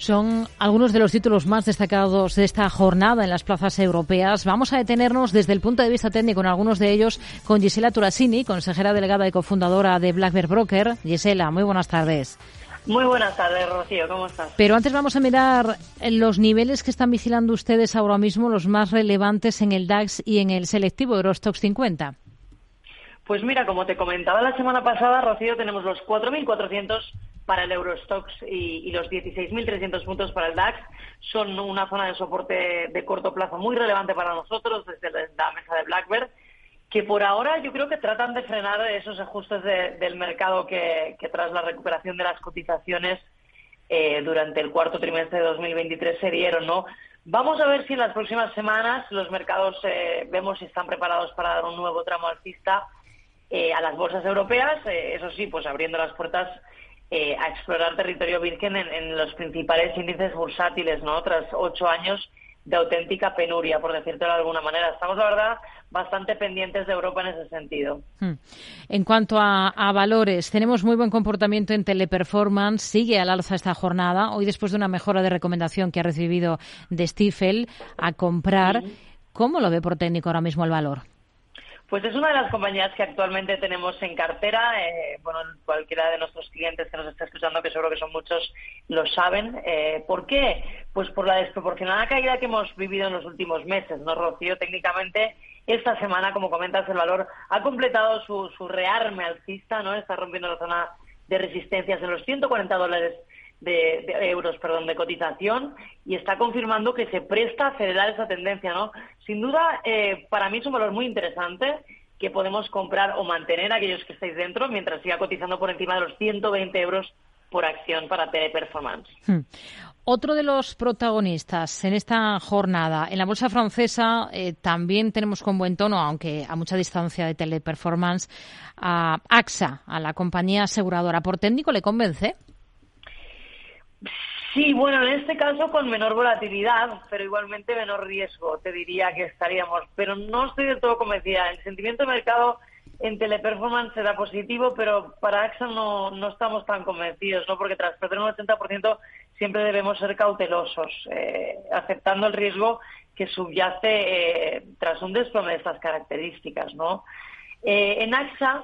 Son algunos de los títulos más destacados de esta jornada en las plazas europeas. Vamos a detenernos desde el punto de vista técnico en algunos de ellos con Gisela Turasini, consejera delegada y cofundadora de Black Bear Broker. Gisela, muy buenas tardes. Muy buenas tardes, Rocío, ¿cómo estás? Pero antes vamos a mirar los niveles que están vigilando ustedes ahora mismo, los más relevantes en el DAX y en el selectivo Eurostoxx 50. Pues mira, como te comentaba la semana pasada, Rocío, tenemos los 4.400 para el Eurostoxx y los 16.300 puntos para el DAX. Son una zona de soporte de corto plazo muy relevante para nosotros desde la mesa de Black Bear, que por ahora yo creo que tratan de frenar esos ajustes del mercado que tras la recuperación de las cotizaciones durante el cuarto trimestre de 2023 se dieron, ¿no? Vamos a ver si en las próximas semanas los mercados vemos si están preparados para dar un nuevo tramo alcista a las bolsas europeas, eso sí, pues abriendo las puertas a explorar territorio virgen en los principales índices bursátiles, ¿no? Tras 8 años de auténtica penuria, por decirlo de alguna manera. Estamos, la verdad, bastante pendientes de Europa en ese sentido. En cuanto a valores, tenemos muy buen comportamiento en Teleperformance, sigue al alza esta jornada, hoy después de una mejora de recomendación que ha recibido de Stifel a comprar. ¿Cómo lo ve por técnico ahora mismo el valor? Pues es una de las compañías que actualmente tenemos en cartera. Cualquiera de nuestros clientes que nos está escuchando, que seguro que son muchos, lo saben. ¿Por qué? Pues por la desproporcionada caída que hemos vivido en los últimos meses, ¿no, Rocío? Técnicamente, esta semana, como comentas, el valor ha completado su rearme alcista, ¿no? Está rompiendo la zona de resistencias en los $140 de euros de cotización, y está confirmando que se presta a acelerar esa tendencia, ¿no? Sin duda, para mí es un valor muy interesante que podemos comprar o mantener aquellos que estáis dentro mientras siga cotizando por encima de los 120 euros por acción para Teleperformance. Otro de los protagonistas en esta jornada, en la bolsa francesa, también tenemos con buen tono, aunque a mucha distancia de Teleperformance, a AXA, a la compañía aseguradora. ¿Por técnico le convence? Sí, bueno, en este caso con menor volatilidad, pero igualmente menor riesgo, te diría que estaríamos. Pero no estoy del todo convencida. El sentimiento de mercado en Teleperformance será positivo, pero para AXA no estamos tan convencidos, ¿no? Porque tras perder un 80% siempre debemos ser cautelosos, aceptando el riesgo que subyace tras un desplome de estas características, ¿no? En AXA...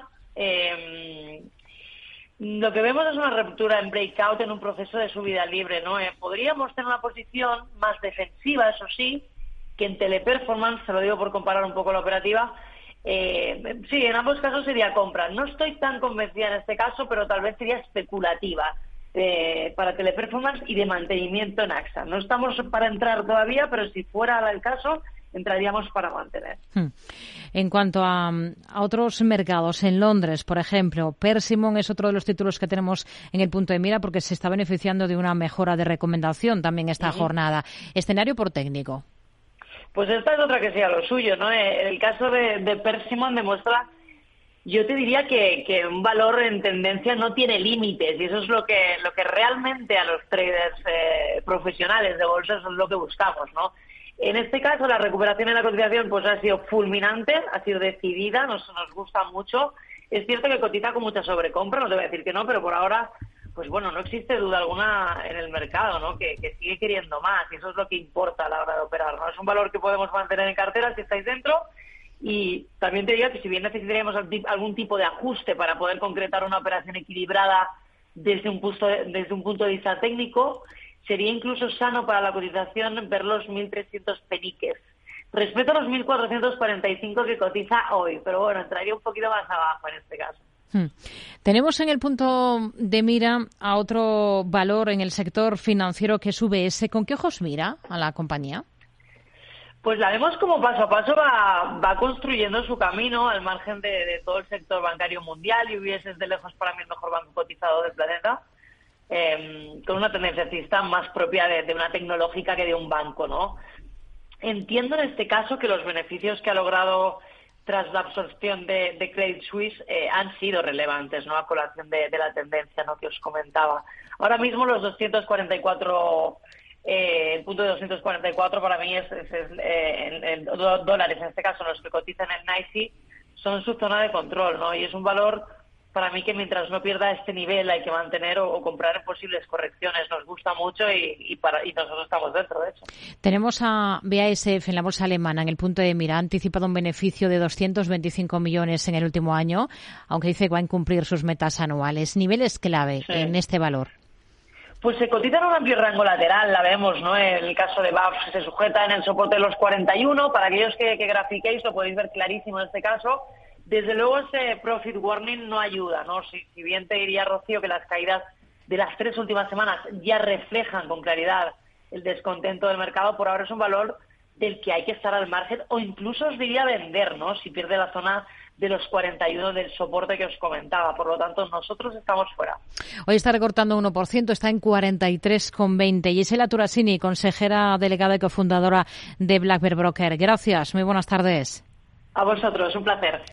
lo que vemos es una ruptura en breakout en un proceso de subida libre, ¿no? Podríamos tener una posición más defensiva, eso sí, que en Teleperformance, se lo digo por comparar un poco la operativa. Sí, en ambos casos sería compra. No estoy tan convencida en este caso, pero tal vez sería especulativa para Teleperformance y de mantenimiento en AXA. No estamos para entrar todavía, pero si fuera el caso, entraríamos para mantener. En cuanto a otros mercados, en Londres, por ejemplo, Persimmon es otro de los títulos que tenemos en el punto de mira porque se está beneficiando de una mejora de recomendación también esta jornada. Escenario por técnico. Pues esta es otra que sea lo suyo, ¿no? El caso de Persimmon demuestra, yo te diría que un valor en tendencia no tiene límites, y eso es lo que realmente a los traders profesionales de bolsa es lo que buscamos, ¿no? En este caso, la recuperación en la cotización pues ha sido fulminante, ha sido decidida, nos gusta mucho. Es cierto que cotiza con mucha sobrecompra, no te voy a decir que no, pero por ahora, pues bueno, no existe duda alguna en el mercado, ¿no? Que sigue queriendo más, y eso es lo que importa a la hora de operar, ¿no? Es un valor que podemos mantener en cartera si estáis dentro, y también te diría que si bien necesitaríamos algún tipo de ajuste para poder concretar una operación equilibrada desde un punto de vista técnico, sería incluso sano para la cotización ver los 1.300 peniques. Respecto a los 1.445 que cotiza hoy, pero bueno, entraría un poquito más abajo en este caso. Tenemos en el punto de mira a otro valor en el sector financiero que es UBS. ¿Con qué ojos mira a la compañía? Pues la vemos como paso a paso va construyendo su camino al margen de todo el sector bancario mundial, y UBS es de lejos para mí el mejor banco cotizado del planeta. Con una tendencia alcista más propia de una tecnológica que de un banco, ¿no? Entiendo en este caso que los beneficios que ha logrado tras la absorción de Credit Suisse han sido relevantes, ¿no? A colación de la tendencia, ¿no?, que os comentaba. Ahora mismo los 244, el punto de 244 para mí es dólares, en este caso los que cotizan en NYSE, son su zona de control, ¿no? Y es un valor para mí que mientras no pierda este nivel hay que mantener o comprar en posibles correcciones. Nos gusta mucho y nosotros estamos dentro, de hecho. Tenemos a BASF en la bolsa alemana en el punto de mira. Ha anticipado un beneficio de 225 millones en el último año, aunque dice que va a incumplir sus metas anuales. Niveles clave en este valor. Pues se cotiza en un amplio rango lateral, la vemos, ¿no? En el caso de BASF se sujeta en el soporte de los 41. Para aquellos que grafiquéis lo podéis ver clarísimo en este caso. Desde luego ese profit warning no ayuda, ¿no? Si bien te diría, Rocío, que las caídas de las 3 últimas semanas ya reflejan con claridad el descontento del mercado, por ahora es un valor del que hay que estar al margen o incluso os diría vender, ¿no? Si pierde la zona de los 41 del soporte que os comentaba. Por lo tanto, nosotros estamos fuera. Hoy está recortando 1%, está en 43,20. Gisela Turasini, consejera delegada y cofundadora de Black Bear Broker. Gracias, muy buenas tardes. A vosotros, un placer.